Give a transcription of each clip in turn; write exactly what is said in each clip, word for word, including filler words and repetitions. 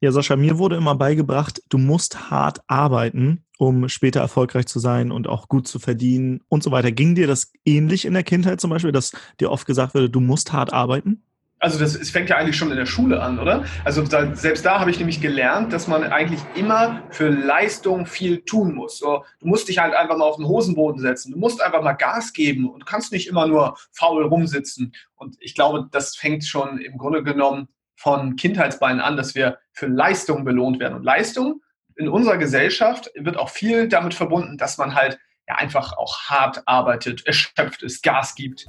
Ja, Sascha, mir wurde immer beigebracht, du musst hart arbeiten, um später erfolgreich zu sein und auch gut zu verdienen und so weiter. Ging dir das ähnlich in der Kindheit zum Beispiel, dass dir oft gesagt wurde, du musst hart arbeiten? Also das es fängt ja eigentlich schon in der Schule an, oder? Also da, selbst da habe ich nämlich gelernt, dass man eigentlich immer für Leistung viel tun muss. So, du musst dich halt einfach mal auf den Hosenboden setzen. Du musst einfach mal Gas geben und du kannst nicht immer nur faul rumsitzen. Und ich glaube, das fängt schon im Grunde genommen von Kindheitsbeinen an, dass wir für Leistung belohnt werden. Und Leistung in unserer Gesellschaft wird auch viel damit verbunden, dass man halt ja einfach auch hart arbeitet, erschöpft ist, Gas gibt.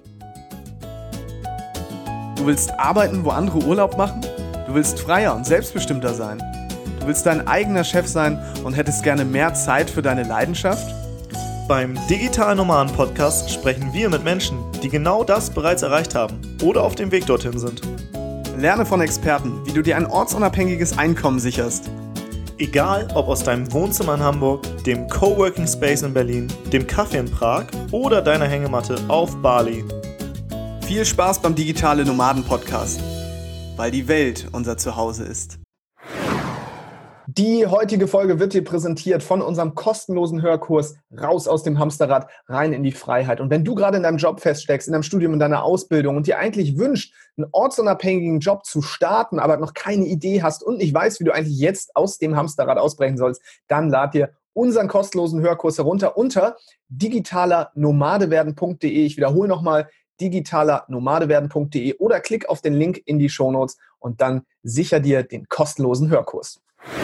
Du willst arbeiten, wo andere Urlaub machen? Du willst freier und selbstbestimmter sein? Du willst dein eigener Chef sein und hättest gerne mehr Zeit für deine Leidenschaft? Beim Digital Nomaden Podcast sprechen wir mit Menschen, die genau das bereits erreicht haben oder auf dem Weg dorthin sind. Lerne von Experten, wie du dir ein ortsunabhängiges Einkommen sicherst. Egal, ob aus deinem Wohnzimmer in Hamburg, dem Coworking Space in Berlin, dem Café in Prag oder deiner Hängematte auf Bali. Viel Spaß beim Digitale Nomaden Podcast, weil die Welt unser Zuhause ist. Die heutige Folge wird dir präsentiert von unserem kostenlosen Hörkurs Raus aus dem Hamsterrad, rein in die Freiheit. Und wenn du gerade in deinem Job feststeckst, in deinem Studium, in deiner Ausbildung und dir eigentlich wünscht, einen ortsunabhängigen Job zu starten, aber noch keine Idee hast und nicht weißt, wie du eigentlich jetzt aus dem Hamsterrad ausbrechen sollst, dann lad dir unseren kostenlosen Hörkurs herunter unter digitaler nomade werden punkt de. Ich wiederhole nochmal, digitaler nomade werden punkt de oder klick auf den Link in die Shownotes und dann sicher dir den kostenlosen Hörkurs.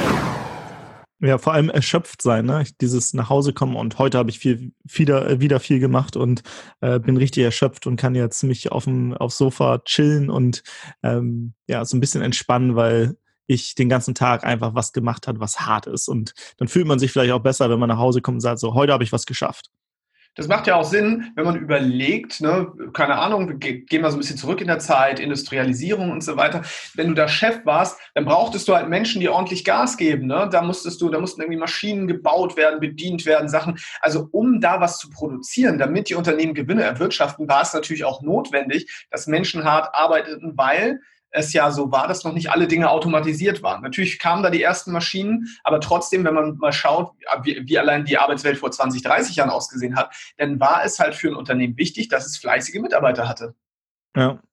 Ja, vor allem erschöpft sein, ne? Dieses nach Hause kommen und heute habe ich viel, wieder, wieder viel gemacht und äh, bin richtig erschöpft und kann jetzt mich auf dem aufs Sofa chillen und ähm, ja, so ein bisschen entspannen, weil ich den ganzen Tag einfach was gemacht habe, was hart ist. Und dann fühlt man sich vielleicht auch besser, wenn man nach Hause kommt und sagt, so, heute habe ich was geschafft. Das macht ja auch Sinn, wenn man überlegt, ne, keine Ahnung, wir gehen mal so ein bisschen zurück in der Zeit, Industrialisierung und so weiter. Wenn du da Chef warst, dann brauchtest du halt Menschen, die ordentlich Gas geben, ne? Da musstest du, da mussten irgendwie Maschinen gebaut werden, bedient werden, Sachen. Also um da was zu produzieren, damit die Unternehmen Gewinne erwirtschaften, war es natürlich auch notwendig, dass Menschen hart arbeiteten, weil es ja so war, dass noch nicht alle Dinge automatisiert waren. Natürlich kamen da die ersten Maschinen, aber trotzdem, wenn man mal schaut, wie, wie allein die Arbeitswelt vor zwanzig, dreißig Jahren ausgesehen hat, dann war es halt für ein Unternehmen wichtig, dass es fleißige Mitarbeiter hatte. Ja.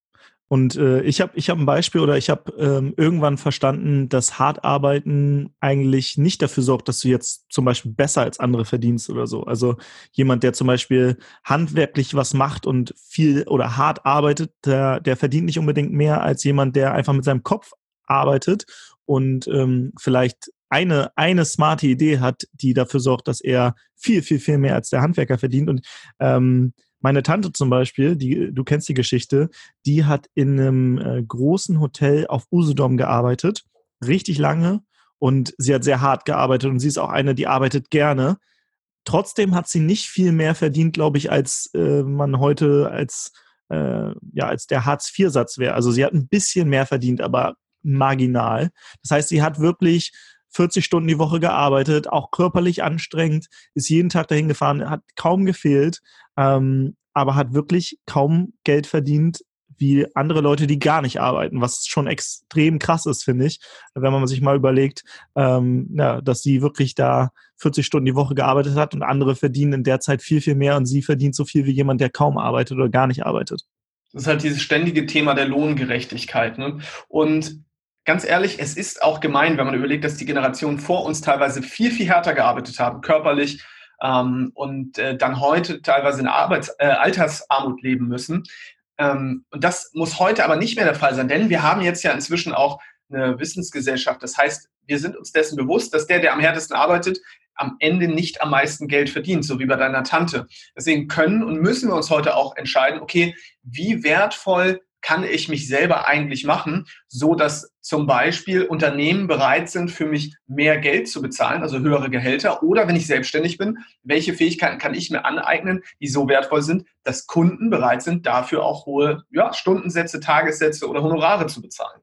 Und äh, ich habe ich hab ein Beispiel oder ich habe ähm, irgendwann verstanden, dass hart arbeiten eigentlich nicht dafür sorgt, dass du jetzt zum Beispiel besser als andere verdienst oder so. Also jemand, der zum Beispiel handwerklich was macht und viel oder hart arbeitet, der, der verdient nicht unbedingt mehr als jemand, der einfach mit seinem Kopf arbeitet und ähm, vielleicht eine, eine smarte Idee hat, die dafür sorgt, dass er viel, viel, viel mehr als der Handwerker verdient. Und ähm, meine Tante zum Beispiel, die, du kennst die Geschichte, die hat in einem äh, großen Hotel auf Usedom gearbeitet, richtig lange, und sie hat sehr hart gearbeitet und sie ist auch eine, die arbeitet gerne. Trotzdem hat sie nicht viel mehr verdient, glaube ich, als äh, man heute als, äh, ja, als der Hartz-vier-Satz wäre. Also sie hat ein bisschen mehr verdient, aber marginal. Das heißt, sie hat wirklich vierzig Stunden die Woche gearbeitet, auch körperlich anstrengend, ist jeden Tag dahin gefahren, hat kaum gefehlt, ähm, aber hat wirklich kaum Geld verdient wie andere Leute, die gar nicht arbeiten, was schon extrem krass ist, finde ich, wenn man sich mal überlegt, ähm, ja, dass sie wirklich da vierzig Stunden die Woche gearbeitet hat und andere verdienen in der Zeit viel, viel mehr und sie verdient so viel wie jemand, der kaum arbeitet oder gar nicht arbeitet. Das ist halt dieses ständige Thema der Lohngerechtigkeit, ne? Und ganz ehrlich, es ist auch gemein, wenn man überlegt, dass die Generationen vor uns teilweise viel, viel härter gearbeitet haben, körperlich, ähm, und äh, dann heute teilweise in Arbeits-, äh, Altersarmut leben müssen. Ähm, und das muss heute aber nicht mehr der Fall sein, denn wir haben jetzt ja inzwischen auch eine Wissensgesellschaft. Das heißt, wir sind uns dessen bewusst, dass der, der am härtesten arbeitet, am Ende nicht am meisten Geld verdient, so wie bei deiner Tante. Deswegen können und müssen wir uns heute auch entscheiden, okay, wie wertvoll kann ich mich selber eigentlich machen, so dass zum Beispiel Unternehmen bereit sind, für mich mehr Geld zu bezahlen, also höhere Gehälter, oder wenn ich selbstständig bin, welche Fähigkeiten kann ich mir aneignen, die so wertvoll sind, dass Kunden bereit sind, dafür auch hohe ja, Stundensätze, Tagessätze oder Honorare zu bezahlen.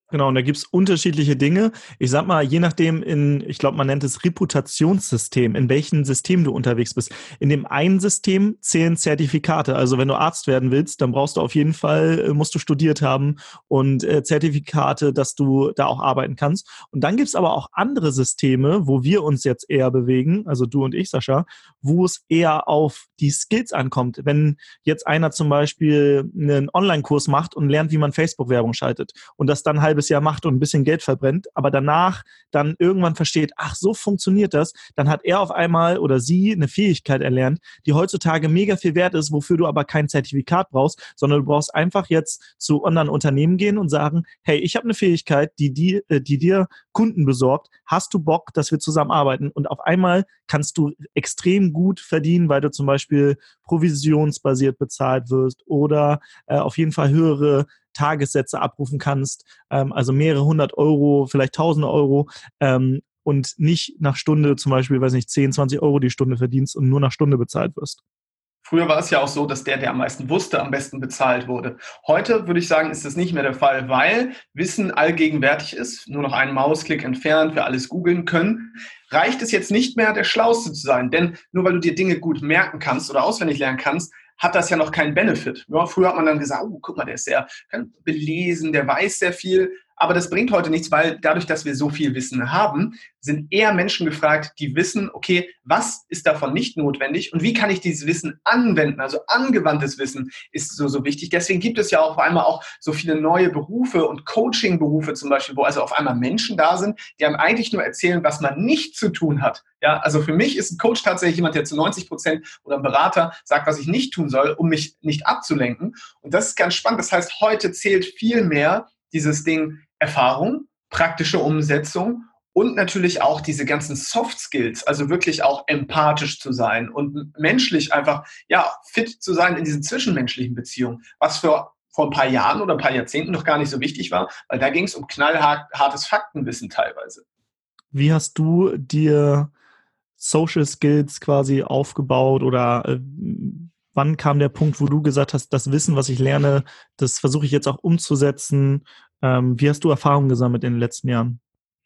Genau, und da gibt's unterschiedliche Dinge. Ich sag mal, je nachdem in, ich glaube, man nennt es Reputationssystem, in welchem System du unterwegs bist. In dem einen System zählen Zertifikate. Also wenn du Arzt werden willst, dann brauchst du auf jeden Fall, äh, musst du studiert haben und äh, Zertifikate, dass du da auch arbeiten kannst. Und dann gibt's aber auch andere Systeme, wo wir uns jetzt eher bewegen, also du und ich, Sascha, wo es eher auf die Skills ankommt. Wenn jetzt einer zum Beispiel einen Online-Kurs macht und lernt, wie man Facebook-Werbung schaltet und das dann halbes Jahr macht und ein bisschen Geld verbrennt, aber danach dann irgendwann versteht, ach, so funktioniert das, dann hat er auf einmal oder sie eine Fähigkeit erlernt, die heutzutage mega viel wert ist, wofür du aber kein Zertifikat brauchst, sondern du brauchst einfach jetzt zu anderen Unternehmen gehen und sagen, hey, ich habe eine Fähigkeit, die, die, die dir Kunden besorgt, hast du Bock, dass wir zusammenarbeiten? Und auf einmal kannst du extrem gut verdienen, weil du zum Beispiel provisionsbasiert bezahlt wirst oder äh, auf jeden Fall höhere Tagessätze abrufen kannst, ähm, also mehrere hundert Euro, vielleicht tausende Euro ähm, und nicht nach Stunde zum Beispiel, weiß nicht, zehn, zwanzig Euro die Stunde verdienst und nur nach Stunde bezahlt wirst. Früher war es ja auch so, dass der, der am meisten wusste, am besten bezahlt wurde. Heute würde ich sagen, ist das nicht mehr der Fall, weil Wissen allgegenwärtig ist, nur noch einen Mausklick entfernt, wir alles googeln können. Reicht es jetzt nicht mehr, der Schlauste zu sein, denn nur weil du dir Dinge gut merken kannst oder auswendig lernen kannst, hat das ja noch keinen Benefit. Ja, früher hat man dann gesagt, oh, guck mal, der ist sehr belesen, der weiß sehr viel. Aber das bringt heute nichts, weil dadurch, dass wir so viel Wissen haben, sind eher Menschen gefragt, die wissen, okay, was ist davon nicht notwendig und wie kann ich dieses Wissen anwenden? Also angewandtes Wissen ist so, so wichtig. Deswegen gibt es ja auch auf einmal auch so viele neue Berufe und Coaching-Berufe zum Beispiel, wo also auf einmal Menschen da sind, die einem eigentlich nur erzählen, was man nicht zu tun hat. Ja, also für mich ist ein Coach tatsächlich jemand, der zu neunzig Prozent oder ein Berater sagt, was ich nicht tun soll, um mich nicht abzulenken. Und das ist ganz spannend. Das heißt, heute zählt viel mehr dieses Ding Erfahrung, praktische Umsetzung und natürlich auch diese ganzen Soft Skills, also wirklich auch empathisch zu sein und menschlich einfach ja fit zu sein in diesen zwischenmenschlichen Beziehungen, was für vor ein paar Jahren oder ein paar Jahrzehnten noch gar nicht so wichtig war, weil da ging es um knallhartes Faktenwissen teilweise. Wie hast du dir Social Skills quasi aufgebaut oder äh, wann kam der Punkt, wo du gesagt hast, das Wissen, was ich lerne, das versuche ich jetzt auch umzusetzen? Ähm, wie hast du Erfahrungen gesammelt in den letzten Jahren?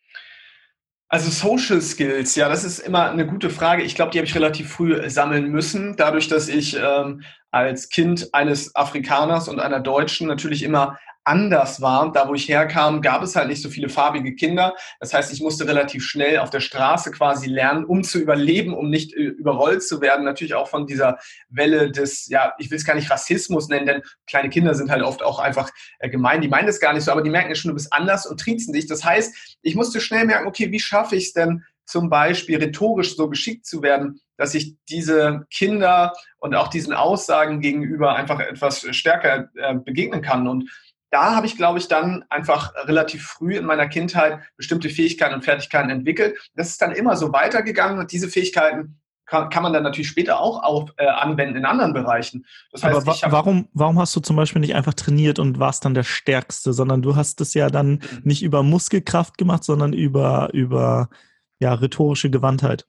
Also Social Skills, ja, das ist immer eine gute Frage. Ich glaube, die habe ich relativ früh sammeln müssen, dadurch, dass ich ähm, als Kind eines Afrikaners und einer Deutschen natürlich immer anders war. Da, wo ich herkam, gab es halt nicht so viele farbige Kinder. Das heißt, ich musste relativ schnell auf der Straße quasi lernen, um zu überleben, um nicht äh, überrollt zu werden. Natürlich auch von dieser Welle des, ja, ich will es gar nicht Rassismus nennen, denn kleine Kinder sind halt oft auch einfach äh, gemein. Die meinen das gar nicht so, aber die merken ja schon, du bist anders und triezen dich. Das heißt, ich musste schnell merken, okay, wie schaffe ich es denn, zum Beispiel rhetorisch so geschickt zu werden, dass ich diese Kinder und auch diesen Aussagen gegenüber einfach etwas stärker äh, begegnen kann. Und da habe ich, glaube ich, dann einfach relativ früh in meiner Kindheit bestimmte Fähigkeiten und Fertigkeiten entwickelt. Das ist dann immer so weitergegangen und diese Fähigkeiten kann, kann man dann natürlich später auch auf, äh, anwenden in anderen Bereichen. Das heißt, Aber wa- ich hab, warum, warum hast du zum Beispiel nicht einfach trainiert und warst dann der Stärkste, sondern du hast es ja dann nicht über Muskelkraft gemacht, sondern über, über ja, rhetorische Gewandtheit?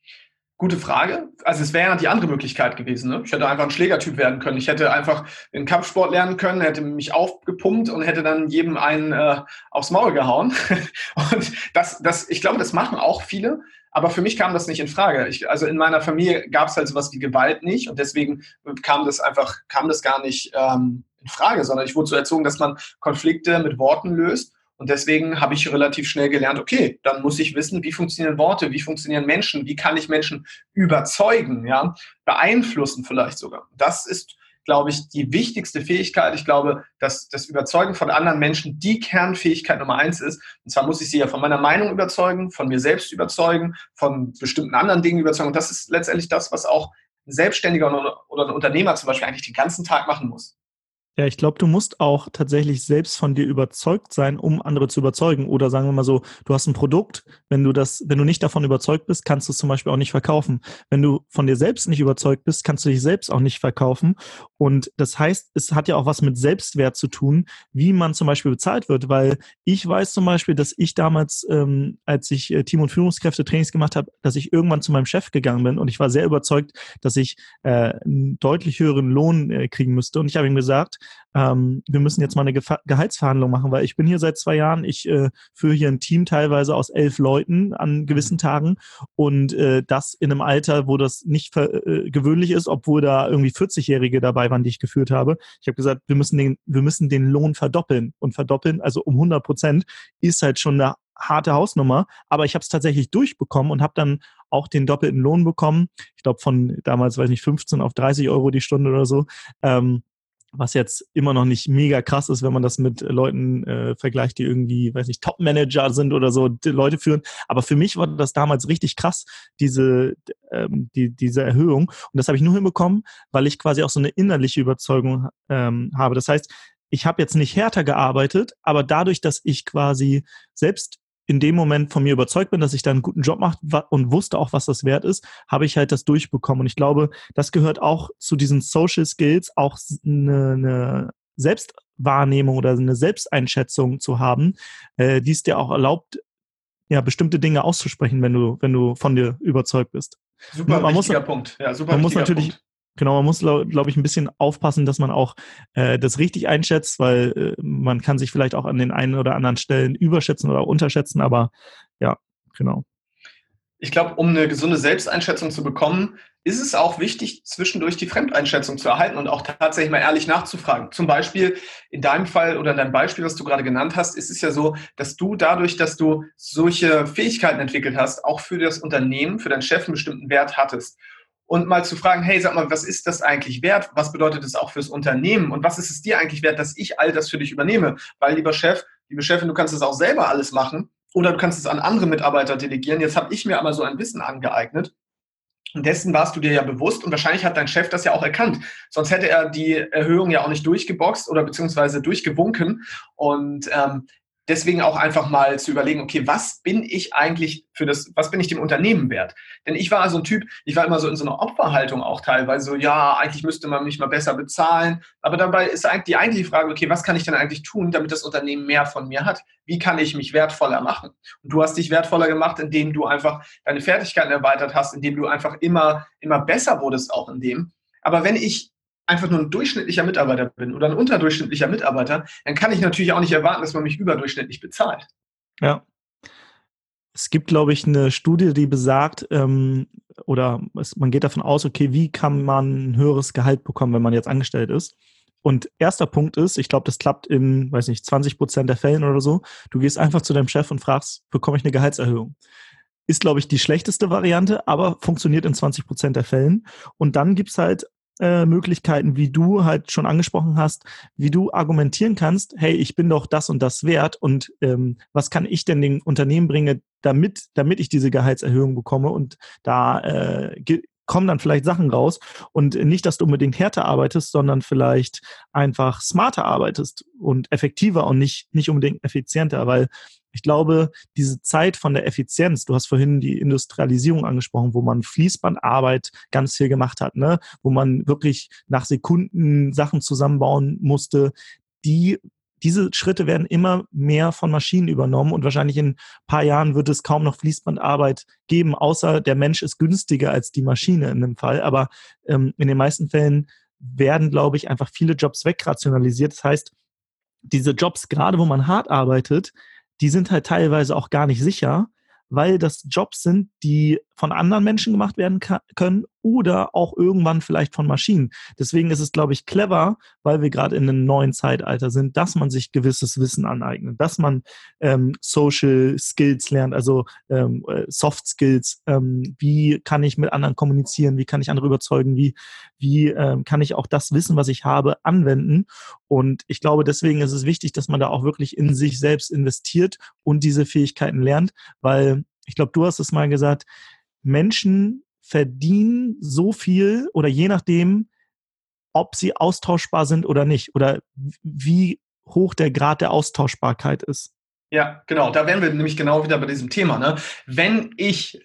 Gute Frage. Also es wäre ja die andere Möglichkeit gewesen. Ne? Ich hätte einfach ein Schlägertyp werden können. Ich hätte einfach den Kampfsport lernen können, hätte mich aufgepumpt und hätte dann jedem einen äh, aufs Maul gehauen. Und das, das, ich glaube, das machen auch viele. Aber für mich kam das nicht in Frage. Ich, also in meiner Familie gab es halt sowas wie Gewalt nicht. Und deswegen kam das einfach, kam das gar nicht ähm, in Frage, sondern ich wurde so erzogen, dass man Konflikte mit Worten löst. Und deswegen habe ich relativ schnell gelernt, okay, dann muss ich wissen, wie funktionieren Worte, wie funktionieren Menschen, wie kann ich Menschen überzeugen, ja, beeinflussen vielleicht sogar. Das ist, glaube ich, die wichtigste Fähigkeit. Ich glaube, dass das Überzeugen von anderen Menschen die Kernfähigkeit Nummer eins ist. Und zwar muss ich sie ja von meiner Meinung überzeugen, von mir selbst überzeugen, von bestimmten anderen Dingen überzeugen. Und das ist letztendlich das, was auch ein Selbstständiger oder ein Unternehmer zum Beispiel eigentlich den ganzen Tag machen muss. Ja, ich glaube, du musst auch tatsächlich selbst von dir überzeugt sein, um andere zu überzeugen. Oder sagen wir mal so, du hast ein Produkt, wenn du das, wenn du nicht davon überzeugt bist, kannst du es zum Beispiel auch nicht verkaufen. Wenn du von dir selbst nicht überzeugt bist, kannst du dich selbst auch nicht verkaufen. Und das heißt, es hat ja auch was mit Selbstwert zu tun, wie man zum Beispiel bezahlt wird. Weil ich weiß zum Beispiel, dass ich damals, ähm, als ich äh, Team- und Führungskräfte-Trainings gemacht habe, dass ich irgendwann zu meinem Chef gegangen bin und ich war sehr überzeugt, dass ich äh, einen deutlich höheren Lohn äh, kriegen müsste. Und ich habe ihm gesagt, ähm, wir müssen jetzt mal eine Gefa- Gehaltsverhandlung machen, weil ich bin hier seit zwei Jahren, ich äh, führe hier ein Team teilweise aus elf Leuten an gewissen Tagen und äh, das in einem Alter, wo das nicht ver- äh, gewöhnlich ist, obwohl da irgendwie vierzig-Jährige dabei waren, die ich geführt habe. Ich habe gesagt, wir müssen den, wir müssen den Lohn verdoppeln und verdoppeln, also um hundert Prozent, ist halt schon eine harte Hausnummer, aber ich habe es tatsächlich durchbekommen und habe dann auch den doppelten Lohn bekommen. Ich glaube von damals, weiß nicht, fünfzehn auf dreißig Euro die Stunde oder so, ähm, was jetzt immer noch nicht mega krass ist, wenn man das mit Leuten äh, vergleicht, die irgendwie, weiß nicht, Top-Manager sind oder so, die Leute führen. Aber für mich war das damals richtig krass, diese, ähm, die, diese Erhöhung. Und das habe ich nur hinbekommen, weil ich quasi auch so eine innerliche Überzeugung ähm, habe. Das heißt, ich habe jetzt nicht härter gearbeitet, aber dadurch, dass ich quasi selbst in dem Moment von mir überzeugt bin, dass ich da einen guten Job mache und wusste auch, was das wert ist, habe ich halt das durchbekommen. Und ich glaube, das gehört auch zu diesen Social Skills, auch eine, eine Selbstwahrnehmung oder eine Selbsteinschätzung zu haben, äh, die es dir auch erlaubt, ja, bestimmte Dinge auszusprechen, wenn du, wenn du von dir überzeugt bist. Super man wichtiger muss, Punkt. Ja, super man muss wichtiger natürlich Punkt. Genau, man muss, glaube glaub ich, ein bisschen aufpassen, dass man auch äh, das richtig einschätzt, weil äh, man kann sich vielleicht auch an den einen oder anderen Stellen überschätzen oder unterschätzen, aber ja, genau. Ich glaube, um eine gesunde Selbsteinschätzung zu bekommen, ist es auch wichtig, zwischendurch die Fremdeinschätzung zu erhalten und auch tatsächlich mal ehrlich nachzufragen. Zum Beispiel in deinem Fall oder in deinem Beispiel, was du gerade genannt hast, ist es ja so, dass du dadurch, dass du solche Fähigkeiten entwickelt hast, auch für das Unternehmen, für deinen Chef einen bestimmten Wert hattest. Und mal zu fragen, hey, sag mal, was ist das eigentlich wert? Was bedeutet das auch fürs Unternehmen? Und was ist es dir eigentlich wert, dass ich all das für dich übernehme? Weil, lieber Chef, liebe Chefin, du kannst es auch selber alles machen oder du kannst es an andere Mitarbeiter delegieren. Jetzt habe ich mir aber so ein Wissen angeeignet. Und dessen warst du dir ja bewusst und wahrscheinlich hat dein Chef das ja auch erkannt. Sonst hätte er die Erhöhung ja auch nicht durchgeboxt oder beziehungsweise durchgewunken. Und ähm, deswegen auch einfach mal zu überlegen, okay, was bin ich eigentlich für das, was bin ich dem Unternehmen wert? Denn ich war so ein Typ, ich war immer so in so einer Opferhaltung auch teilweise, so, ja, eigentlich müsste man mich mal besser bezahlen. Aber dabei ist eigentlich die eigentliche Frage, okay, was kann ich denn eigentlich tun, damit das Unternehmen mehr von mir hat? Wie kann ich mich wertvoller machen? Und du hast dich wertvoller gemacht, indem du einfach deine Fertigkeiten erweitert hast, indem du einfach immer, immer besser wurdest auch in dem. Aber wenn ich einfach nur ein durchschnittlicher Mitarbeiter bin oder ein unterdurchschnittlicher Mitarbeiter, dann kann ich natürlich auch nicht erwarten, dass man mich überdurchschnittlich bezahlt. Ja. Es gibt, glaube ich, eine Studie, die besagt, ähm, oder es, man geht davon aus, okay, wie kann man ein höheres Gehalt bekommen, wenn man jetzt angestellt ist? Und erster Punkt ist, ich glaube, das klappt in, weiß nicht, zwanzig Prozent der Fällen oder so. Du gehst einfach zu deinem Chef und fragst, bekomme ich eine Gehaltserhöhung? Ist, glaube ich, die schlechteste Variante, aber funktioniert in zwanzig Prozent der Fällen. Und dann gibt's halt äh, Möglichkeiten, wie du halt schon angesprochen hast, wie du argumentieren kannst, hey, ich bin doch das und das wert und ähm, was kann ich denn den Unternehmen bringen, damit, damit ich diese Gehaltserhöhung bekomme und da äh, ge- kommen dann vielleicht Sachen raus und nicht, dass du unbedingt härter arbeitest, sondern vielleicht einfach smarter arbeitest und effektiver und nicht, nicht unbedingt effizienter, weil ich glaube, diese Zeit von der Effizienz, du hast vorhin die Industrialisierung angesprochen, wo man Fließbandarbeit ganz viel gemacht hat, ne, wo man wirklich nach Sekunden Sachen zusammenbauen musste, die diese Schritte werden immer mehr von Maschinen übernommen und wahrscheinlich in ein paar Jahren wird es kaum noch Fließbandarbeit geben, außer der Mensch ist günstiger als die Maschine in dem Fall. Aber ähm, in den meisten Fällen werden, glaube ich, einfach viele Jobs wegrationalisiert. Das heißt, diese Jobs, gerade wo man hart arbeitet, die sind halt teilweise auch gar nicht sicher, weil das Jobs sind, die von anderen Menschen gemacht werden ka- können oder auch irgendwann vielleicht von Maschinen. Deswegen ist es, glaube ich, clever, weil wir gerade in einem neuen Zeitalter sind, dass man sich gewisses Wissen aneignet, dass man ähm, Social Skills lernt, also ähm, Soft Skills, ähm, wie kann ich mit anderen kommunizieren, wie kann ich andere überzeugen, wie, wie ähm, kann ich auch das Wissen, was ich habe, anwenden. Und ich glaube, deswegen ist es wichtig, dass man da auch wirklich in sich selbst investiert und diese Fähigkeiten lernt, weil ich glaube, du hast es mal gesagt, Menschen verdienen so viel oder je nachdem, ob sie austauschbar sind oder nicht oder wie hoch der Grad der Austauschbarkeit ist. Ja, genau. Da wären wir nämlich genau wieder bei diesem Thema. Ne? Wenn ich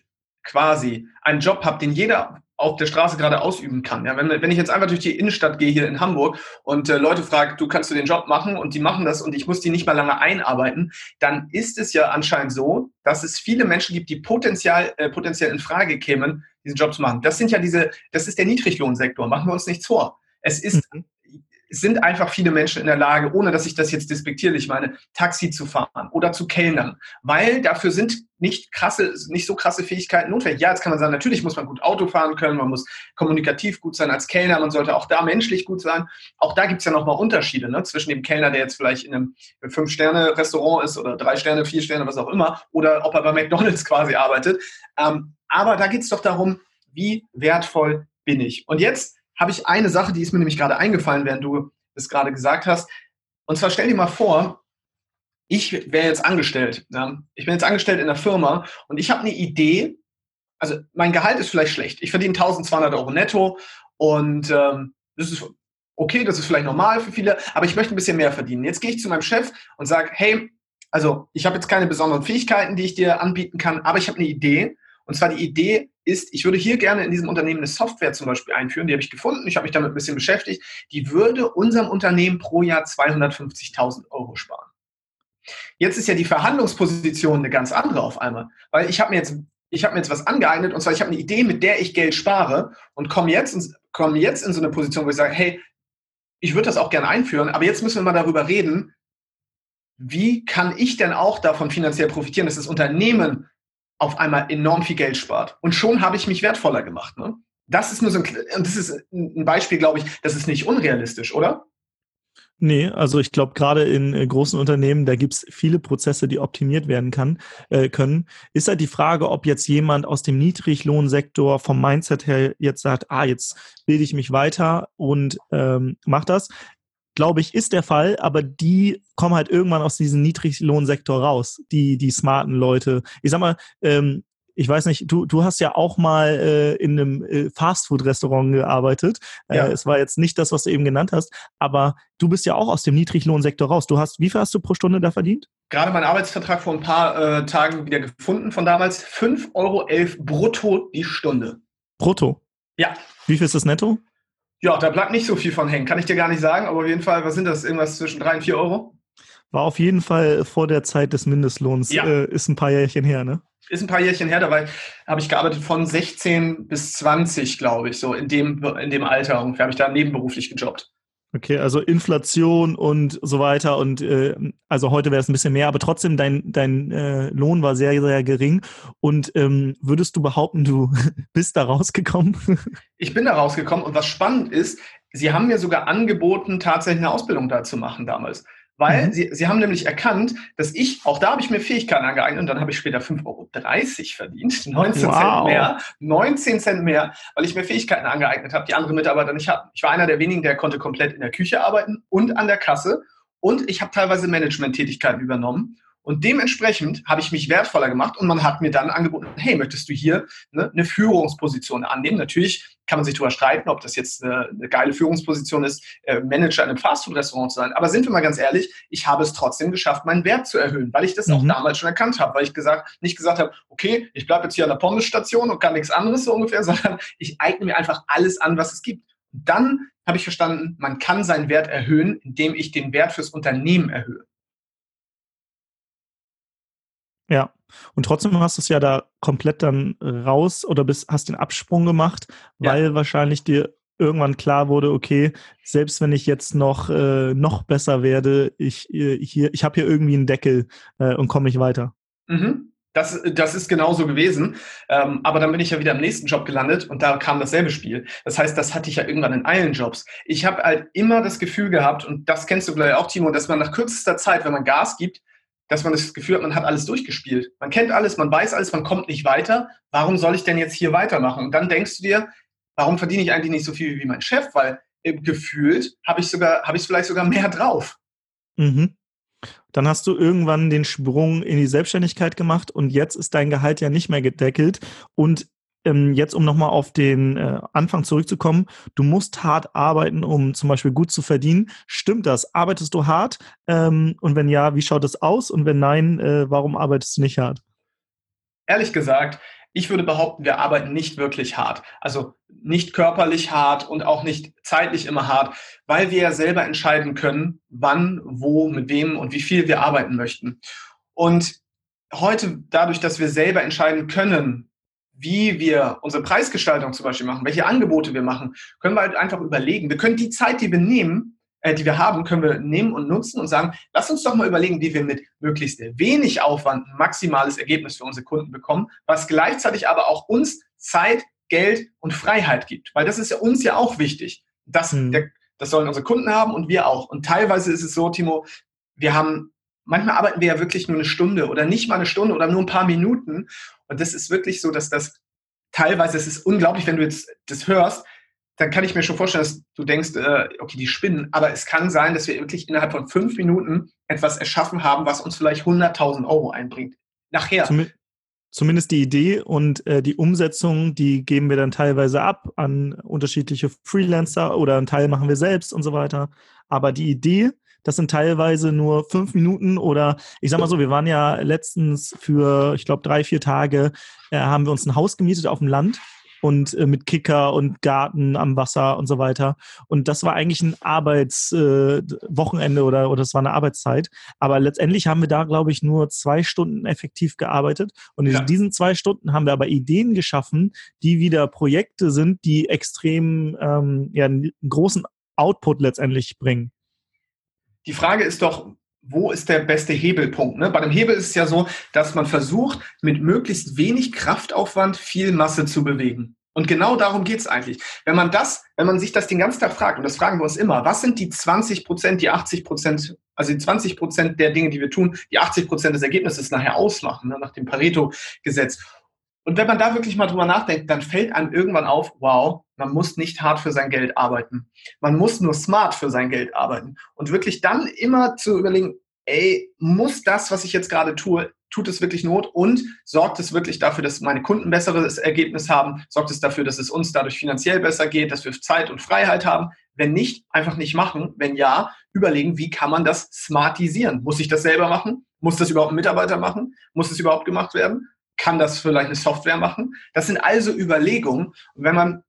quasi einen Job habe, den jeder auf der Straße gerade ausüben kann. Ja, wenn, wenn ich jetzt einfach durch die Innenstadt gehe hier in Hamburg und äh, Leute fragen, du kannst du den Job machen und die machen das und ich muss die nicht mal lange einarbeiten, dann ist es ja anscheinend so, dass es viele Menschen gibt, die potenziell, äh, potenziell in Frage kämen, diesen Job zu machen. Das sind ja diese, das ist der Niedriglohnsektor, machen wir uns nichts vor. Es ist, es sind einfach viele Menschen in der Lage, ohne dass ich das jetzt despektierlich meine, Taxi zu fahren oder zu kellnern, weil dafür sind nicht krasse, nicht so krasse Fähigkeiten notwendig. Ja, jetzt kann man sagen, natürlich muss man gut Auto fahren können, man muss kommunikativ gut sein als Kellner, man sollte auch da menschlich gut sein. Auch da gibt es ja nochmal Unterschiede, ne, zwischen dem Kellner, der jetzt vielleicht in einem Fünf-Sterne-Restaurant ist oder drei Sterne, vier Sterne, was auch immer, oder ob er bei McDonald's quasi arbeitet. Ähm, aber da geht es doch darum, wie wertvoll bin ich? Und jetzt habe ich eine Sache, die ist mir nämlich gerade eingefallen, während du es gerade gesagt hast. Und zwar stell dir mal vor, ich wäre jetzt angestellt. Ja? Ich bin jetzt angestellt in einer Firma und ich habe eine Idee. Also mein Gehalt ist vielleicht schlecht. Ich verdiene eintausendzweihundert Euro netto und ähm, das ist okay, das ist vielleicht normal für viele, aber ich möchte ein bisschen mehr verdienen. Jetzt gehe ich zu meinem Chef und sage, hey, also ich habe jetzt keine besonderen Fähigkeiten, die ich dir anbieten kann, aber ich habe eine Idee. Und zwar die Idee ist, ich würde hier gerne in diesem Unternehmen eine Software zum Beispiel einführen, die habe ich gefunden, ich habe mich damit ein bisschen beschäftigt, die würde unserem Unternehmen pro Jahr zweihundertfünfzigtausend Euro sparen. Jetzt ist ja die Verhandlungsposition eine ganz andere auf einmal, weil ich habe mir jetzt, ich habe mir jetzt was angeeignet und zwar ich habe eine Idee, mit der ich Geld spare und komme jetzt, komme jetzt in so eine Position, wo ich sage, hey, ich würde das auch gerne einführen, aber jetzt müssen wir mal darüber reden, wie kann ich denn auch davon finanziell profitieren, dass das Unternehmen auf einmal enorm viel Geld spart. Und schon habe ich mich wertvoller gemacht. Ne? Das ist nur so ein, und das ist ein Beispiel, glaube ich, das ist nicht unrealistisch, oder? Nee, also ich glaube, gerade in äh, großen Unternehmen, da gibt's viele Prozesse, die optimiert werden kann, äh, können. Ist halt die Frage, ob jetzt jemand aus dem Niedriglohnsektor vom Mindset her jetzt sagt, ah, jetzt bilde ich mich weiter und ähm, mach das. Glaube ich, ist der Fall, aber die kommen halt irgendwann aus diesem Niedriglohnsektor raus, die die smarten Leute. Ich sag mal, ähm, ich weiß nicht, du du hast ja auch mal äh, in einem äh, Fastfood-Restaurant gearbeitet. Ja. Äh, es war jetzt nicht das, was du eben genannt hast, aber du bist ja auch aus dem Niedriglohnsektor raus. Du hast, wie viel hast du pro Stunde da verdient? Gerade meinen Arbeitsvertrag vor ein paar äh, Tagen wieder gefunden von damals. fünf Euro elf brutto die Stunde. Brutto? Ja. Wie viel ist das netto? Ja, da bleibt nicht so viel von hängen. Kann ich dir gar nicht sagen, aber auf jeden Fall, was sind das? Irgendwas zwischen drei und vier Euro? War auf jeden Fall vor der Zeit des Mindestlohns. Ja. Äh, ist ein paar Jährchen her, ne? Ist ein paar Jährchen her, dabei habe ich gearbeitet von sechzehn bis zwanzig, glaube ich, so in dem, in dem Alter ungefähr habe ich da nebenberuflich gejobbt. Okay, also Inflation und so weiter und äh, also heute wäre es ein bisschen mehr, aber trotzdem dein dein äh, Lohn war sehr, sehr gering und ähm, würdest du behaupten, du bist da rausgekommen? Ich bin da rausgekommen und was spannend ist, sie haben mir sogar angeboten, tatsächlich eine Ausbildung da zu machen damals. Weil mhm. sie, sie haben nämlich erkannt, dass ich, auch da habe ich mir Fähigkeiten angeeignet und dann habe ich später fünf Euro dreißig verdient, neunzehn wow. Cent mehr, neunzehn Cent mehr, weil ich mir Fähigkeiten angeeignet habe, die andere Mitarbeiter nicht hatten. Ich war einer der wenigen, der konnte komplett in der Küche arbeiten und an der Kasse und ich habe teilweise Management-Tätigkeiten übernommen. Und dementsprechend habe ich mich wertvoller gemacht und man hat mir dann angeboten, hey, möchtest du hier ne, eine Führungsposition annehmen? Natürlich kann man sich darüber streiten, ob das jetzt eine, eine geile Führungsposition ist, äh, Manager in einem Fastfood-Restaurant zu sein. Aber sind wir mal ganz ehrlich, ich habe es trotzdem geschafft, meinen Wert zu erhöhen, weil ich das mhm. auch damals schon erkannt habe, weil ich gesagt, nicht gesagt habe, okay, ich bleibe jetzt hier an der Pommesstation und kann nichts anderes so ungefähr, sondern ich eigne mir einfach alles an, was es gibt. Und dann habe ich verstanden, man kann seinen Wert erhöhen, indem ich den Wert fürs Unternehmen erhöhe. Ja, und trotzdem hast du es ja da komplett dann raus oder bist, hast den Absprung gemacht, weil ja. wahrscheinlich dir irgendwann klar wurde, okay, selbst wenn ich jetzt noch äh, noch besser werde, ich äh, hier, ich habe hier irgendwie einen Deckel äh, und komme nicht weiter. Mhm. Das, das ist genauso gewesen, ähm, aber dann bin ich ja wieder im nächsten Job gelandet und da kam dasselbe Spiel. Das heißt, das hatte ich ja irgendwann in allen Jobs. Ich habe halt immer das Gefühl gehabt, und das kennst du gleich auch, Timo, dass man nach kürzester Zeit, wenn man Gas gibt, dass man das Gefühl hat, man hat alles durchgespielt. Man kennt alles, man weiß alles, man kommt nicht weiter. Warum soll ich denn jetzt hier weitermachen? Und dann denkst du dir, warum verdiene ich eigentlich nicht so viel wie mein Chef? Weil äh, gefühlt habe ich sogar, habe ich vielleicht sogar mehr drauf. Mhm. Dann hast du irgendwann den Sprung in die Selbstständigkeit gemacht und jetzt ist dein Gehalt ja nicht mehr gedeckelt. Und ähm, jetzt, um nochmal auf den äh, Anfang zurückzukommen, du musst hart arbeiten, um zum Beispiel gut zu verdienen. Stimmt das? Arbeitest du hart? Ähm, und wenn ja, wie schaut es aus? Und wenn nein, äh, warum arbeitest du nicht hart? Ehrlich gesagt, ich würde behaupten, wir arbeiten nicht wirklich hart. Also nicht körperlich hart und auch nicht zeitlich immer hart, weil wir ja selber entscheiden können, wann, wo, mit wem und wie viel wir arbeiten möchten. Und heute, dadurch, dass wir selber entscheiden können, wie wir unsere Preisgestaltung zum Beispiel machen, welche Angebote wir machen, können wir halt einfach überlegen. Wir können die Zeit, die wir nehmen, äh, die wir haben, können wir nehmen und nutzen und sagen, lass uns doch mal überlegen, wie wir mit möglichst wenig Aufwand ein maximales Ergebnis für unsere Kunden bekommen, was gleichzeitig aber auch uns Zeit, Geld und Freiheit gibt. Weil das ist ja uns ja auch wichtig. Das, mhm. der, das sollen unsere Kunden haben und wir auch. Und teilweise ist es so, Timo, wir haben, manchmal arbeiten wir ja wirklich nur eine Stunde oder nicht mal eine Stunde oder nur ein paar Minuten. Und das ist wirklich so, dass das teilweise, es ist unglaublich, wenn du jetzt das hörst, dann kann ich mir schon vorstellen, dass du denkst, äh, okay, die spinnen. Aber es kann sein, dass wir wirklich innerhalb von fünf Minuten etwas erschaffen haben, was uns vielleicht hunderttausend Euro einbringt. Nachher. Zum, zumindest die Idee und äh, die Umsetzung, die geben wir dann teilweise ab an unterschiedliche Freelancer oder einen Teil machen wir selbst und so weiter. Aber die Idee, das sind teilweise nur fünf Minuten oder ich sag mal so, wir waren ja letztens für, ich glaube, drei, vier Tage, äh, haben wir uns ein Haus gemietet auf dem Land. Und äh, mit Kicker und Garten am Wasser und so weiter. Und das war eigentlich ein Arbeitswochenende äh, oder, oder das war eine Arbeitszeit. Aber letztendlich haben wir da, glaube ich, nur zwei Stunden effektiv gearbeitet. Und in ja. diesen zwei Stunden haben wir aber Ideen geschaffen, die wieder Projekte sind, die extrem ähm, ja, einen großen Output letztendlich bringen. Die Frage ist doch, wo ist der beste Hebelpunkt? Ne? Bei dem Hebel ist es ja so, dass man versucht, mit möglichst wenig Kraftaufwand viel Masse zu bewegen. Und genau darum geht es eigentlich. Wenn man das, wenn man sich das den ganzen Tag fragt, und das fragen wir uns immer, was sind die zwanzig Prozent, die achtzig Prozent, also die zwanzig Prozent der Dinge, die wir tun, die achtzig Prozent des Ergebnisses nachher ausmachen, ne? Nach dem Pareto-Gesetz. Und wenn man da wirklich mal drüber nachdenkt, dann fällt einem irgendwann auf, wow, man muss nicht hart für sein Geld arbeiten. Man muss nur smart für sein Geld arbeiten. Und wirklich dann immer zu überlegen, ey, muss das, was ich jetzt gerade tue, tut es wirklich Not und sorgt es wirklich dafür, dass meine Kunden ein besseres Ergebnis haben? Sorgt es dafür, dass es uns dadurch finanziell besser geht, dass wir Zeit und Freiheit haben? Wenn nicht, einfach nicht machen. Wenn ja, überlegen, wie kann man das smartisieren? Muss ich das selber machen? Muss das überhaupt ein Mitarbeiter machen? Muss es überhaupt gemacht werden? Kann das vielleicht eine Software machen? Das sind also Überlegungen. Und wenn man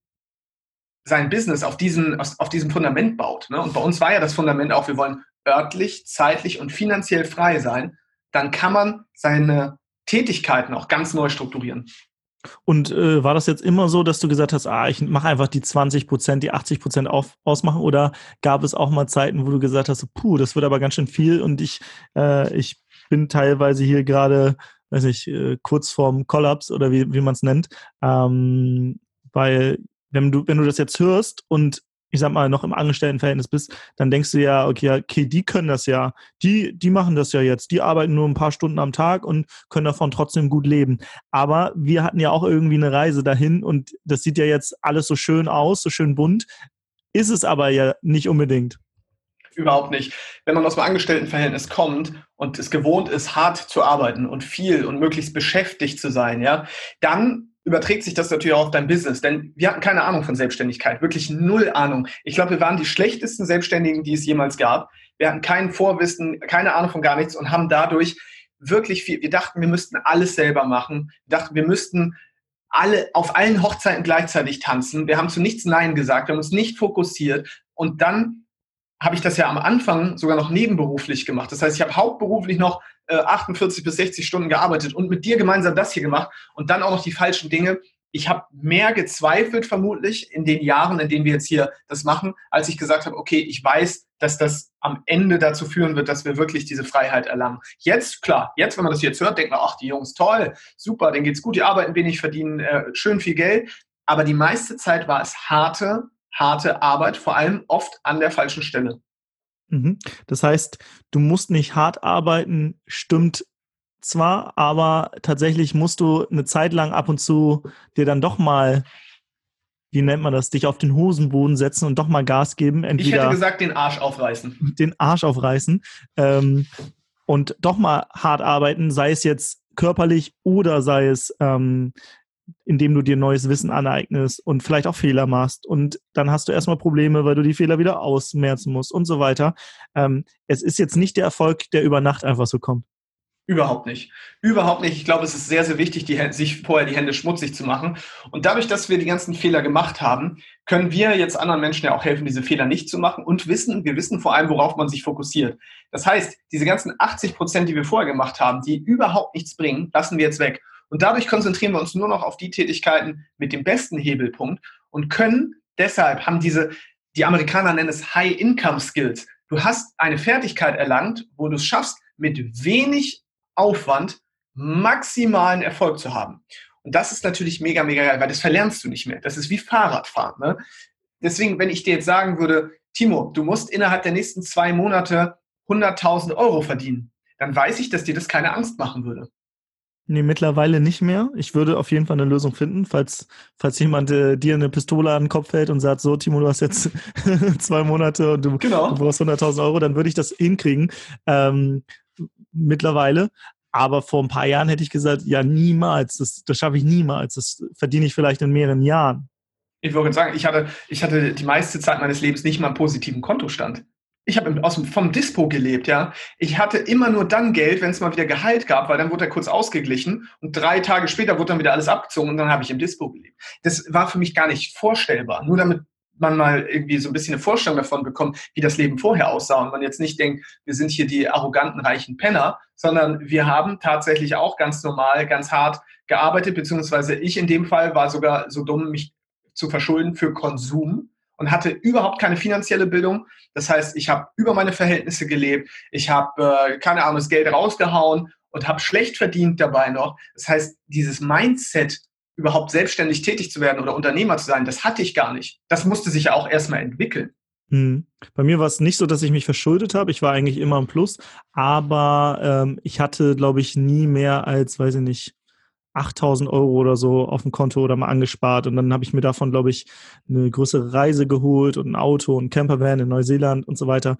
sein Business auf diesem, auf diesem Fundament baut, ne? Und bei uns war ja das Fundament auch, wir wollen örtlich, zeitlich und finanziell frei sein, dann kann man seine Tätigkeiten auch ganz neu strukturieren. Und äh, war das jetzt immer so, dass du gesagt hast, ah, ich mache einfach die zwanzig Prozent, die achtzig Prozent auf, ausmachen? Oder gab es auch mal Zeiten, wo du gesagt hast, puh, das wird aber ganz schön viel und ich, äh, ich bin teilweise hier gerade, weiß nicht, äh, kurz vorm Kollaps oder wie, wie man es nennt, ähm, weil wenn du, wenn du das jetzt hörst und ich sag mal, noch im Angestelltenverhältnis bist, dann denkst du ja, okay, okay, die können das ja, die, die machen das ja jetzt, die arbeiten nur ein paar Stunden am Tag und können davon trotzdem gut leben. Aber wir hatten ja auch irgendwie eine Reise dahin und das sieht ja jetzt alles so schön aus, so schön bunt, ist es aber ja nicht unbedingt. Überhaupt nicht. Wenn man aus dem Angestelltenverhältnis kommt und es gewohnt ist, hart zu arbeiten und viel und möglichst beschäftigt zu sein, ja, dann überträgt sich das natürlich auch auf dein Business. Denn wir hatten keine Ahnung von Selbstständigkeit, wirklich null Ahnung. Ich glaube, wir waren die schlechtesten Selbstständigen, die es jemals gab. Wir hatten kein Vorwissen, keine Ahnung von gar nichts und haben dadurch wirklich viel, wir dachten, wir müssten alles selber machen. Wir dachten, wir müssten alle auf allen Hochzeiten gleichzeitig tanzen. Wir haben zu nichts Nein gesagt, wir haben uns nicht fokussiert und dann habe ich das ja am Anfang sogar noch nebenberuflich gemacht. Das heißt, ich habe hauptberuflich noch äh, achtundvierzig bis sechzig Stunden gearbeitet und mit dir gemeinsam das hier gemacht und dann auch noch die falschen Dinge. Ich habe mehr gezweifelt vermutlich in den Jahren, in denen wir jetzt hier das machen, als ich gesagt habe, okay, ich weiß, dass das am Ende dazu führen wird, dass wir wirklich diese Freiheit erlangen. Jetzt, klar, jetzt, wenn man das jetzt hört, denkt man, ach, die Jungs, toll, super, denen geht's gut, die arbeiten wenig, verdienen äh, schön viel Geld. Aber die meiste Zeit war es harte, harte Arbeit, vor allem oft an der falschen Stelle. Das heißt, du musst nicht hart arbeiten, stimmt zwar, aber tatsächlich musst du eine Zeit lang ab und zu dir dann doch mal, wie nennt man das, dich auf den Hosenboden setzen und doch mal Gas geben. Entweder ich hätte gesagt, den Arsch aufreißen. Den Arsch aufreißen ähm, und doch mal hart arbeiten, sei es jetzt körperlich oder sei es ähm, indem du dir neues Wissen aneignest und vielleicht auch Fehler machst und dann hast du erstmal Probleme, weil du die Fehler wieder ausmerzen musst und so weiter. Ähm, es ist jetzt nicht der Erfolg, der über Nacht einfach so kommt. Überhaupt nicht. Überhaupt nicht. Ich glaube, es ist sehr, sehr wichtig, die, sich vorher die Hände schmutzig zu machen. Und dadurch, dass wir die ganzen Fehler gemacht haben, können wir jetzt anderen Menschen ja auch helfen, diese Fehler nicht zu machen und wissen, wir wissen vor allem, worauf man sich fokussiert. Das heißt, diese ganzen achtzig Prozent, die wir vorher gemacht haben, die überhaupt nichts bringen, lassen wir jetzt weg. Und dadurch konzentrieren wir uns nur noch auf die Tätigkeiten mit dem besten Hebelpunkt und können deshalb, haben diese, die Amerikaner nennen es High-Income-Skills. Du hast eine Fertigkeit erlangt, wo du es schaffst, mit wenig Aufwand maximalen Erfolg zu haben. Und das ist natürlich mega, mega geil, weil das verlernst du nicht mehr. Das ist wie Fahrradfahren. Ne? Deswegen, wenn ich dir jetzt sagen würde, Timo, du musst innerhalb der nächsten zwei Monate hunderttausend Euro verdienen, dann weiß ich, dass dir das keine Angst machen würde. Nee, mittlerweile nicht mehr. Ich würde auf jeden Fall eine Lösung finden, falls, falls jemand äh, dir eine Pistole an den Kopf hält und sagt, so Timo, du hast jetzt zwei Monate und du, genau. du brauchst hunderttausend Euro, dann würde ich das hinkriegen. Ähm, mittlerweile. Aber vor ein paar Jahren hätte ich gesagt, ja niemals, das, das schaffe ich niemals. Das verdiene ich vielleicht in mehreren Jahren. Ich wollte sagen, ich hatte, ich hatte die meiste Zeit meines Lebens nicht mal einen positiven Kontostand. Ich habe aus dem, vom Dispo gelebt, ja. Ich hatte immer nur dann Geld, wenn es mal wieder Gehalt gab, weil dann wurde er kurz ausgeglichen und drei Tage später wurde dann wieder alles abgezogen und dann habe ich im Dispo gelebt. Das war für mich gar nicht vorstellbar. Nur damit man mal irgendwie so ein bisschen eine Vorstellung davon bekommt, wie das Leben vorher aussah und man jetzt nicht denkt, wir sind hier die arroganten, reichen Penner, sondern wir haben tatsächlich auch ganz normal, ganz hart gearbeitet, beziehungsweise ich in dem Fall war sogar so dumm, mich zu verschulden für Konsum und hatte überhaupt keine finanzielle Bildung. Das heißt, ich habe über meine Verhältnisse gelebt, ich habe, äh, keine Ahnung, das Geld rausgehauen und habe schlecht verdient dabei noch. Das heißt, dieses Mindset, überhaupt selbstständig tätig zu werden oder Unternehmer zu sein, das hatte ich gar nicht. Das musste sich ja auch erstmal entwickeln. Hm. Bei mir war es nicht so, dass ich mich verschuldet habe. Ich war eigentlich immer im Plus. Aber ähm, ich hatte, glaube ich, nie mehr als, weiß ich nicht, achttausend Euro oder so auf dem Konto oder mal angespart. Und dann habe ich mir davon, glaube ich, eine größere Reise geholt und ein Auto und ein Campervan in Neuseeland und so weiter.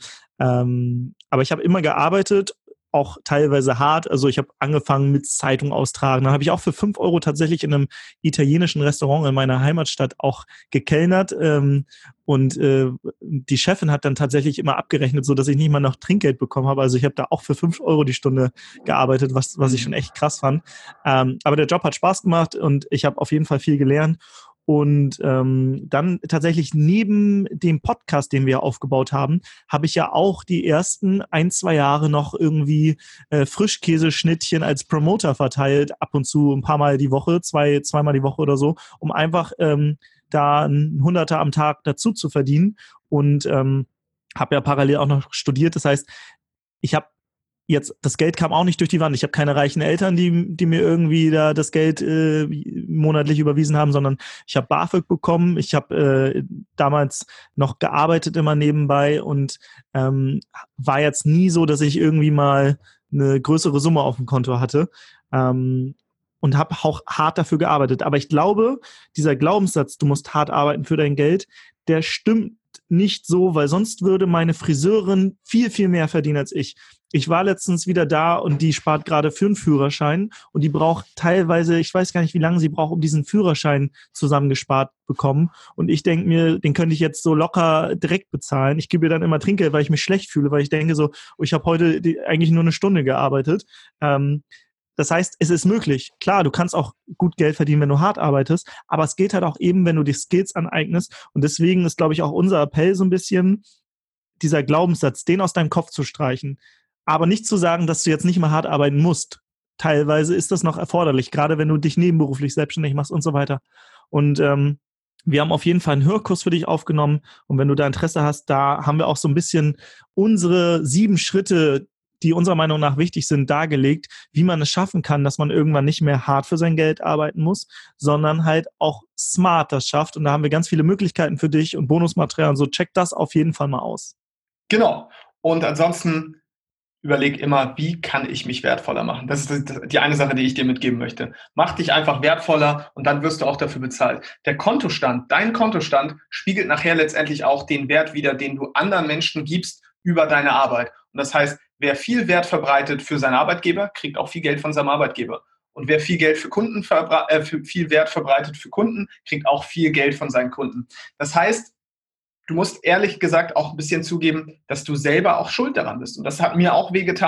Ähm, aber ich habe immer gearbeitet, auch teilweise hart. Also ich habe angefangen mit Zeitung austragen. Dann habe ich auch für fünf Euro tatsächlich in einem italienischen Restaurant in meiner Heimatstadt auch gekellnert. Ähm, und äh, die Chefin hat dann tatsächlich immer abgerechnet, so dass ich nicht mal noch Trinkgeld bekommen habe. Also ich habe da auch für fünf Euro die Stunde gearbeitet, was, was ich schon echt krass fand. Ähm, aber der Job hat Spaß gemacht und ich habe auf jeden Fall viel gelernt. Und ähm, dann tatsächlich neben dem Podcast, den wir aufgebaut haben, habe ich ja auch die ersten ein, zwei Jahre noch irgendwie äh, Frischkäseschnittchen als Promoter verteilt, ab und zu ein paar Mal die Woche, zwei, zweimal die Woche oder so, um einfach ähm, da ein Hunderter am Tag dazu zu verdienen. Und ähm, habe ja parallel auch noch studiert. Das heißt, ich habe Jetzt, das Geld kam auch nicht durch die Wand. Ich habe keine reichen Eltern, die, die mir irgendwie da das Geld äh, monatlich überwiesen haben, sondern ich habe BAföG bekommen. Ich habe äh, damals noch gearbeitet immer nebenbei und ähm, war jetzt nie so, dass ich irgendwie mal eine größere Summe auf dem Konto hatte. Ähm, und habe auch hart dafür gearbeitet. Aber ich glaube, dieser Glaubenssatz, du musst hart arbeiten für dein Geld, der stimmt nicht so, weil sonst würde meine Friseurin viel, viel mehr verdienen als ich. Ich war letztens wieder da und die spart gerade für einen Führerschein und die braucht teilweise, ich weiß gar nicht, wie lange sie braucht, um diesen Führerschein zusammengespart bekommen. Und ich denke mir, den könnte ich jetzt so locker direkt bezahlen. Ich gebe ihr dann immer Trinkgeld, weil ich mich schlecht fühle, weil ich denke so, oh, ich habe heute die, eigentlich nur eine Stunde gearbeitet. Ähm, Das heißt, es ist möglich. Klar, du kannst auch gut Geld verdienen, wenn du hart arbeitest, aber es geht halt auch eben, wenn du die Skills aneignest. Und deswegen ist, glaube ich, auch unser Appell so ein bisschen, dieser Glaubenssatz, den aus deinem Kopf zu streichen. Aber nicht zu sagen, dass du jetzt nicht mehr hart arbeiten musst. Teilweise ist das noch erforderlich, gerade wenn du dich nebenberuflich selbstständig machst und so weiter. Und ähm, wir haben auf jeden Fall einen Hörkurs für dich aufgenommen. Und wenn du da Interesse hast, da haben wir auch so ein bisschen unsere sieben Schritte, die unserer Meinung nach wichtig sind, dargelegt, wie man es schaffen kann, dass man irgendwann nicht mehr hart für sein Geld arbeiten muss, sondern halt auch smart das schafft. Und da haben wir ganz viele Möglichkeiten für dich und Bonusmaterial und so. Check das auf jeden Fall mal aus. Genau. Und ansonsten überleg immer, wie kann ich mich wertvoller machen? Das ist die eine Sache, die ich dir mitgeben möchte. Mach dich einfach wertvoller und dann wirst du auch dafür bezahlt. Der Kontostand, dein Kontostand spiegelt nachher letztendlich auch den Wert wider, den du anderen Menschen gibst über deine Arbeit. Und das heißt, wer viel Wert verbreitet für seinen Arbeitgeber, kriegt auch viel Geld von seinem Arbeitgeber. Und wer viel Geld für Kunden, verbre- äh, für viel Wert verbreitet für Kunden, kriegt auch viel Geld von seinen Kunden. Das heißt, du musst ehrlich gesagt auch ein bisschen zugeben, dass du selber auch schuld daran bist. Und das hat mir auch wehgetan.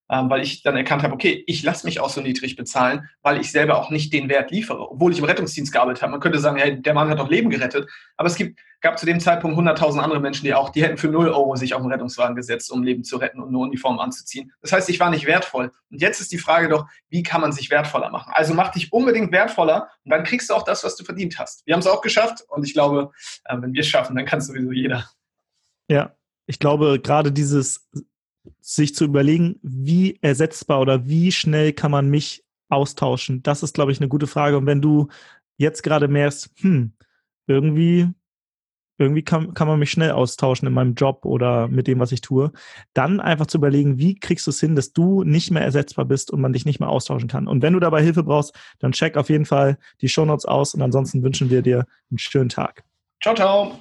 ähm, weil ich dann erkannt habe, okay, ich lasse mich auch so niedrig bezahlen, weil ich selber auch nicht den Wert liefere, obwohl ich im Rettungsdienst gearbeitet habe. Man könnte sagen, hey, der Mann hat doch Leben gerettet, aber es gibt, gab zu dem Zeitpunkt hunderttausend andere Menschen, die auch, die hätten für null Euro sich auf den Rettungswagen gesetzt, um Leben zu retten und eine Uniform anzuziehen. Das heißt, ich war nicht wertvoll. Und jetzt ist die Frage doch, wie kann man sich wertvoller machen? Also mach dich unbedingt wertvoller und dann kriegst du auch das, was du verdient hast. Wir haben es auch geschafft und ich glaube, wenn wir es schaffen, dann kann es sowieso jeder. Ja, ich glaube, gerade dieses sich zu überlegen, wie ersetzbar oder wie schnell kann man mich austauschen, das ist, glaube ich, eine gute Frage. Und wenn du jetzt gerade merkst, hm, irgendwie, irgendwie kann, kann man mich schnell austauschen in meinem Job oder mit dem, was ich tue, dann einfach zu überlegen, wie kriegst du es hin, dass du nicht mehr ersetzbar bist und man dich nicht mehr austauschen kann. Und wenn du dabei Hilfe brauchst, dann check auf jeden Fall die Shownotes aus und ansonsten wünschen wir dir einen schönen Tag. Ciao, ciao.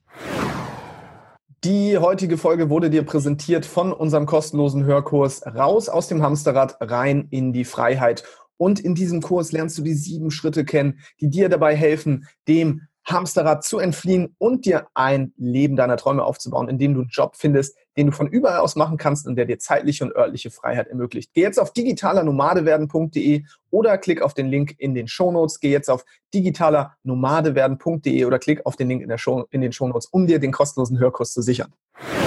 Die heutige Folge wurde dir präsentiert von unserem kostenlosen Hörkurs Raus aus dem Hamsterrad, rein in die Freiheit. Und in diesem Kurs lernst du die sieben Schritte kennen, die dir dabei helfen, dem Hamsterrad zu entfliehen und dir ein Leben deiner Träume aufzubauen, in dem du einen Job findest, den du von überall aus machen kannst und der dir zeitliche und örtliche Freiheit ermöglicht. Geh jetzt auf digitalernomadewerden punkt de oder klick auf den Link in den Shownotes. Geh jetzt auf digitalernomadewerden punkt de oder klick auf den Link in, der Show, in den Shownotes, um dir den kostenlosen Hörkurs zu sichern.